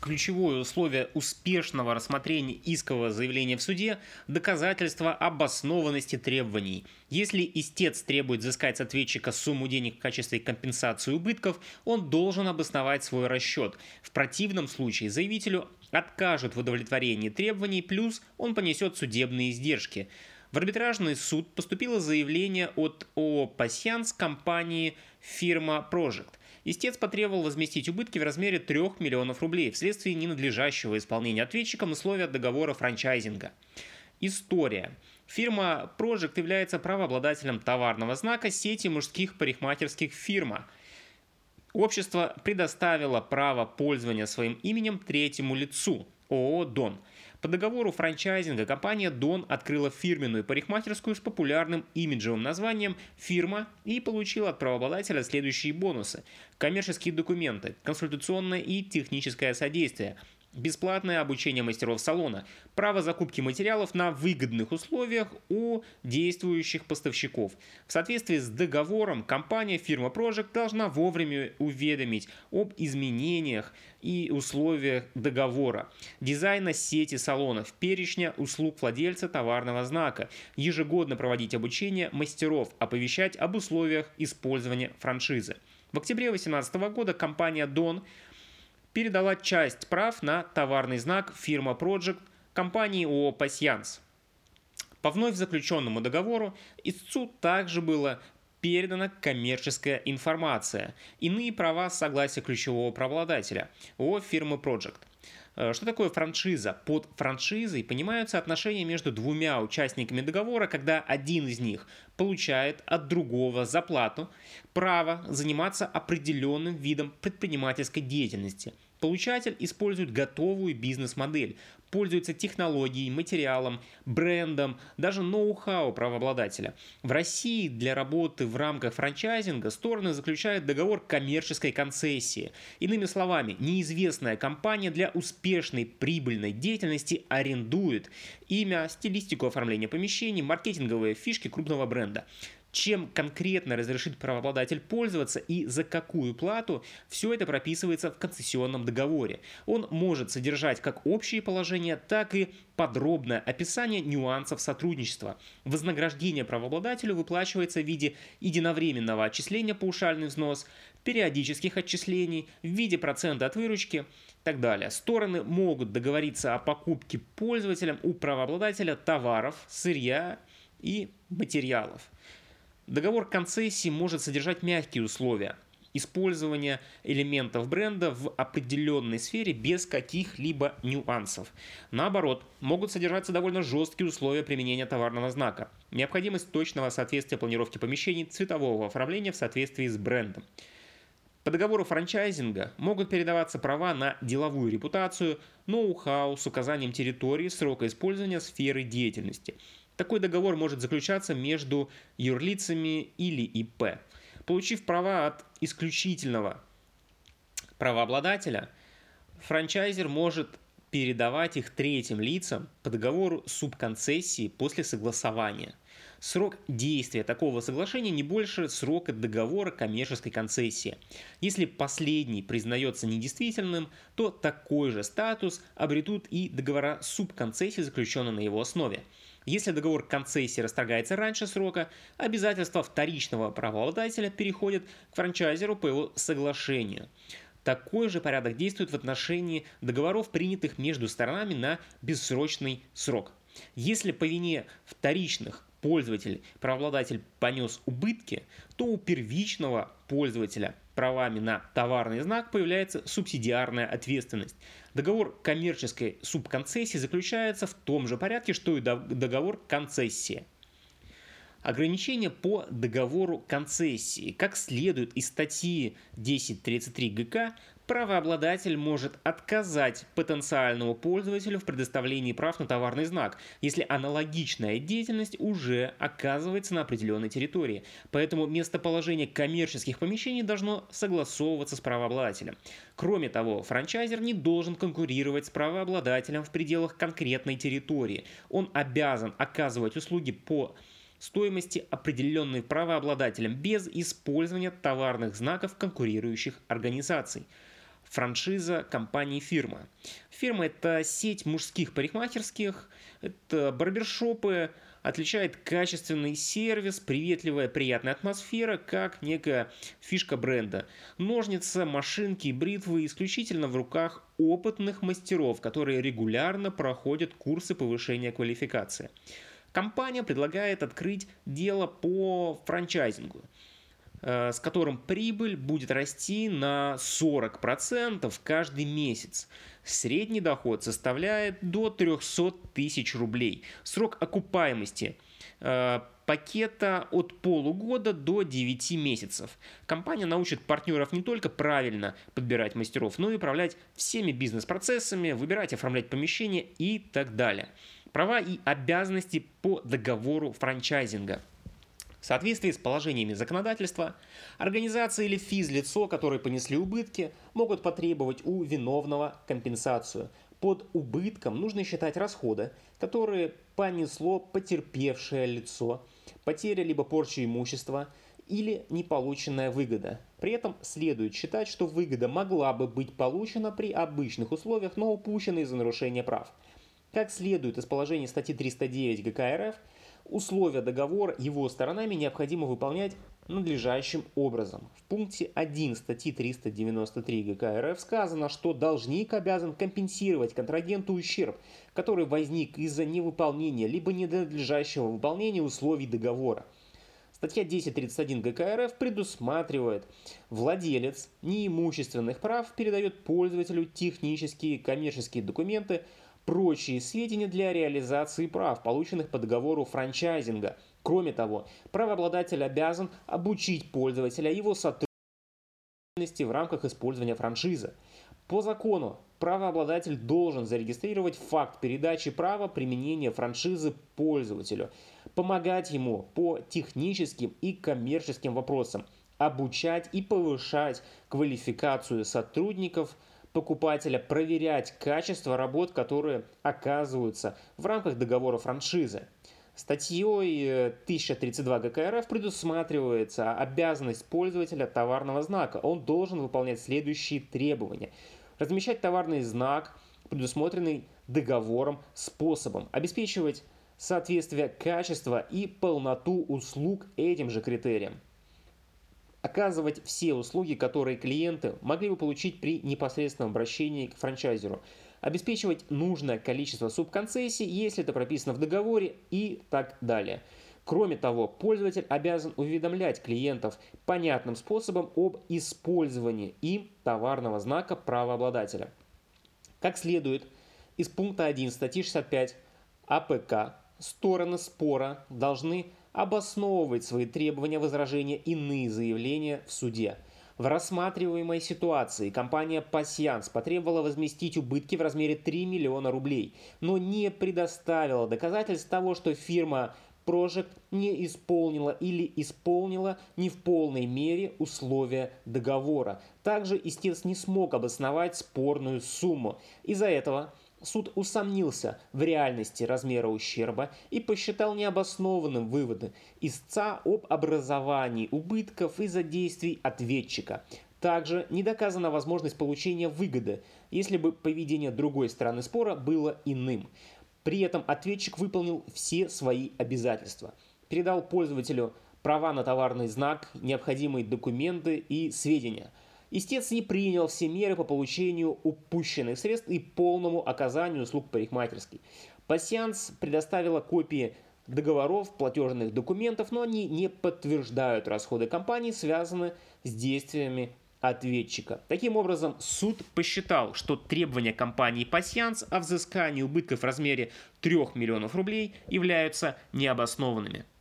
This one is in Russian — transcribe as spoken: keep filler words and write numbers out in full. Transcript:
ключевое условие успешного рассмотрения искового заявления в суде – доказательство обоснованности требований. Если истец требует взыскать с ответчика сумму денег в качестве компенсации убытков, он должен обосновать свой расчет. В противном случае заявителю откажут в удовлетворении требований, плюс он понесет судебные издержки. В арбитражный суд поступило заявление от ООО «Пасьянс» компании «Фирма Прожект». Истец потребовал возместить убытки в размере трёх миллионов рублей вследствие ненадлежащего исполнения ответчиком условий договора франчайзинга. История. Фирма Прожект является правообладателем товарного знака сети мужских парикмахерских «Фирма». Общество предоставило право пользования своим именем третьему лицу – ООО «Дон». По договору франчайзинга компания «Дон» открыла фирменную парикмахерскую с популярным имиджевым названием «Фирма» и получила от правообладателя следующие бонусы: коммерческие документы, консультационное и техническое содействие, бесплатное обучение мастеров салона, право закупки материалов на выгодных условиях у действующих поставщиков. В соответствии с договором компания «Фирма Прожект» должна вовремя уведомить об изменениях и условиях договора, дизайна сети салонов, перечня услуг владельца товарного знака, ежегодно проводить обучение мастеров, оповещать об условиях использования франшизы. В октябре две тысячи восемнадцатого года компания «Дон» передала часть прав на товарный знак «Фирма Прожект» компании ООО «Пасьянс». По вновь заключенному договору истцу также была передана коммерческая информация, иные права с согласия ключевого правообладателя ООО «Фирма Прожект». Что такое франшиза? Под франшизой понимаются отношения между двумя участниками договора, когда один из них получает от другого за плату право заниматься определенным видом предпринимательской деятельности. Получатель использует готовую бизнес-модель, пользуется технологией, материалом, брендом, даже ноу-хау правообладателя. В России для работы в рамках франчайзинга стороны заключают договор коммерческой концессии. Иными словами, неизвестная компания для успешной прибыльной деятельности арендует имя, стилистику оформления помещений, маркетинговые фишки крупного бренда. Чем конкретно разрешит правообладатель пользоваться и за какую плату, все это прописывается в концессионном договоре. Он может содержать как общие положения, так и подробное описание нюансов сотрудничества. Вознаграждение правообладателю выплачивается в виде единовременного отчисления паушальный взнос, периодических отчислений, в виде процента от выручки и так далее. Стороны могут договориться о покупке пользователям у правообладателя товаров, сырья и материалов. Договор концессии может содержать мягкие условия использования элементов бренда в определенной сфере без каких-либо нюансов. Наоборот, могут содержаться довольно жесткие условия применения товарного знака, необходимость точного соответствия планировки помещений, цветового оформления в соответствии с брендом. По договору франчайзинга могут передаваться права на деловую репутацию, ноу-хау с указанием территории, срока использования, сферы деятельности. Такой договор может заключаться между юрлицами или ИП. Получив права от исключительного правообладателя, франчайзер может передавать их третьим лицам по договору субконцессии после согласования. Срок действия такого соглашения не больше срока договора коммерческой концессии. Если последний признается недействительным, то такой же статус обретут и договора субконцессии, заключенные на его основе. Если договор концессии расторгается раньше срока, обязательства вторичного правообладателя переходят к франчайзеру по его соглашению. Такой же порядок действует в отношении договоров, принятых между сторонами на бессрочный срок. Если по вине вторичных пользователей правообладатель понес убытки, то у первичного пользователя правами на товарный знак появляется субсидиарная ответственность. Договор коммерческой субконцессии заключается в том же порядке, что и договор концессии. Ограничения по договору концессии. Как следует из статьи десять тридцать три ГК, правообладатель может отказать потенциальному пользователю в предоставлении прав на товарный знак, если аналогичная деятельность уже оказывается на определенной территории. Поэтому местоположение коммерческих помещений должно согласовываться с правообладателем. Кроме того, франчайзер не должен конкурировать с правообладателем в пределах конкретной территории. Он обязан оказывать услуги по стоимости, определенной правообладателем, без использования товарных знаков конкурирующих организаций. Франшиза компании «Фирма». «Фирма» — это сеть мужских парикмахерских, это барбершопы, отличает качественный сервис, приветливая, приятная атмосфера, как некая фишка бренда. Ножницы, машинки и бритвы исключительно в руках опытных мастеров, которые регулярно проходят курсы повышения квалификации. Компания предлагает открыть дело по франчайзингу, э, с которым прибыль будет расти на сорок процентов каждый месяц. Средний доход составляет до триста тысяч рублей. Срок окупаемости э, пакета от полугода до девяти месяцев. Компания научит партнеров не только правильно подбирать мастеров, но и управлять всеми бизнес-процессами, выбирать, оформлять помещения и так далее. Права и обязанности по договору франчайзинга. В соответствии с положениями законодательства, организация или физлицо, которые понесли убытки, могут потребовать у виновного компенсацию. Под убытком нужно считать расходы, которые понесло потерпевшее лицо, потеря либо порча имущества или неполученная выгода. При этом следует считать, что выгода могла бы быть получена при обычных условиях, но упущена из-за нарушения прав. Как следует из положения статьи триста девять ГК РФ, условия договора его сторонами необходимо выполнять надлежащим образом. В пункте один статьи триста девяносто три ГК РФ сказано, что должник обязан компенсировать контрагенту ущерб, который возник из-за невыполнения либо ненадлежащего выполнения условий договора. Статья десять тридцать один ГК РФ предусматривает, владелец неимущественных прав передает пользователю технические коммерческие документы, прочие сведения для реализации прав, полученных по договору франчайзинга. Кроме того, правообладатель обязан обучить пользователя его сотрудности в рамках использования франшизы. По закону, правообладатель должен зарегистрировать факт передачи права применения франшизы пользователю, помогать ему по техническим и коммерческим вопросам, обучать и повышать квалификацию сотрудников покупателя, проверять качество работ, которые оказываются в рамках договора франшизы. Статьей тысяча тридцать два ГК РФ предусматривается обязанность пользователя товарного знака. Он должен выполнять следующие требования. Размещать товарный знак, предусмотренный договором, способом. Обеспечивать соответствие качества и полноту услуг этим же критериям. Оказывать все услуги, которые клиенты могли бы получить при непосредственном обращении к франчайзеру. Обеспечивать нужное количество субконцессий, если это прописано в договоре, и так далее. Кроме того, пользователь обязан уведомлять клиентов понятным способом об использовании им товарного знака правообладателя. Как следует из пункта один статьи шестьдесят пять АПК, стороны спора должны обосновывать свои требования, возражения, иные заявления в суде. В рассматриваемой ситуации компания «Пасьянс» потребовала возместить убытки в размере три миллиона рублей, но не предоставила доказательств того, что фирма Project не исполнила или исполнила не в полной мере условия договора. Также истец не смог обосновать спорную сумму. Из-за этого суд усомнился в реальности размера ущерба и посчитал необоснованным выводы истца об образовании убытков из-за действий ответчика. Также не доказана возможность получения выгоды, если бы поведение другой стороны спора было иным. При этом ответчик выполнил все свои обязательства. Передал пользователю права на товарный знак, необходимые документы и сведения. Истец не принял все меры по получению упущенных средств и полному оказанию услуг парикмахерской. Пасьянс предоставила копии договоров, платежных документов, но они не подтверждают расходы компании, связанные с действиями ответчика. Таким образом, суд посчитал, что требования компании «Пасьянс» о взыскании убытков в размере трёх миллионов рублей являются необоснованными.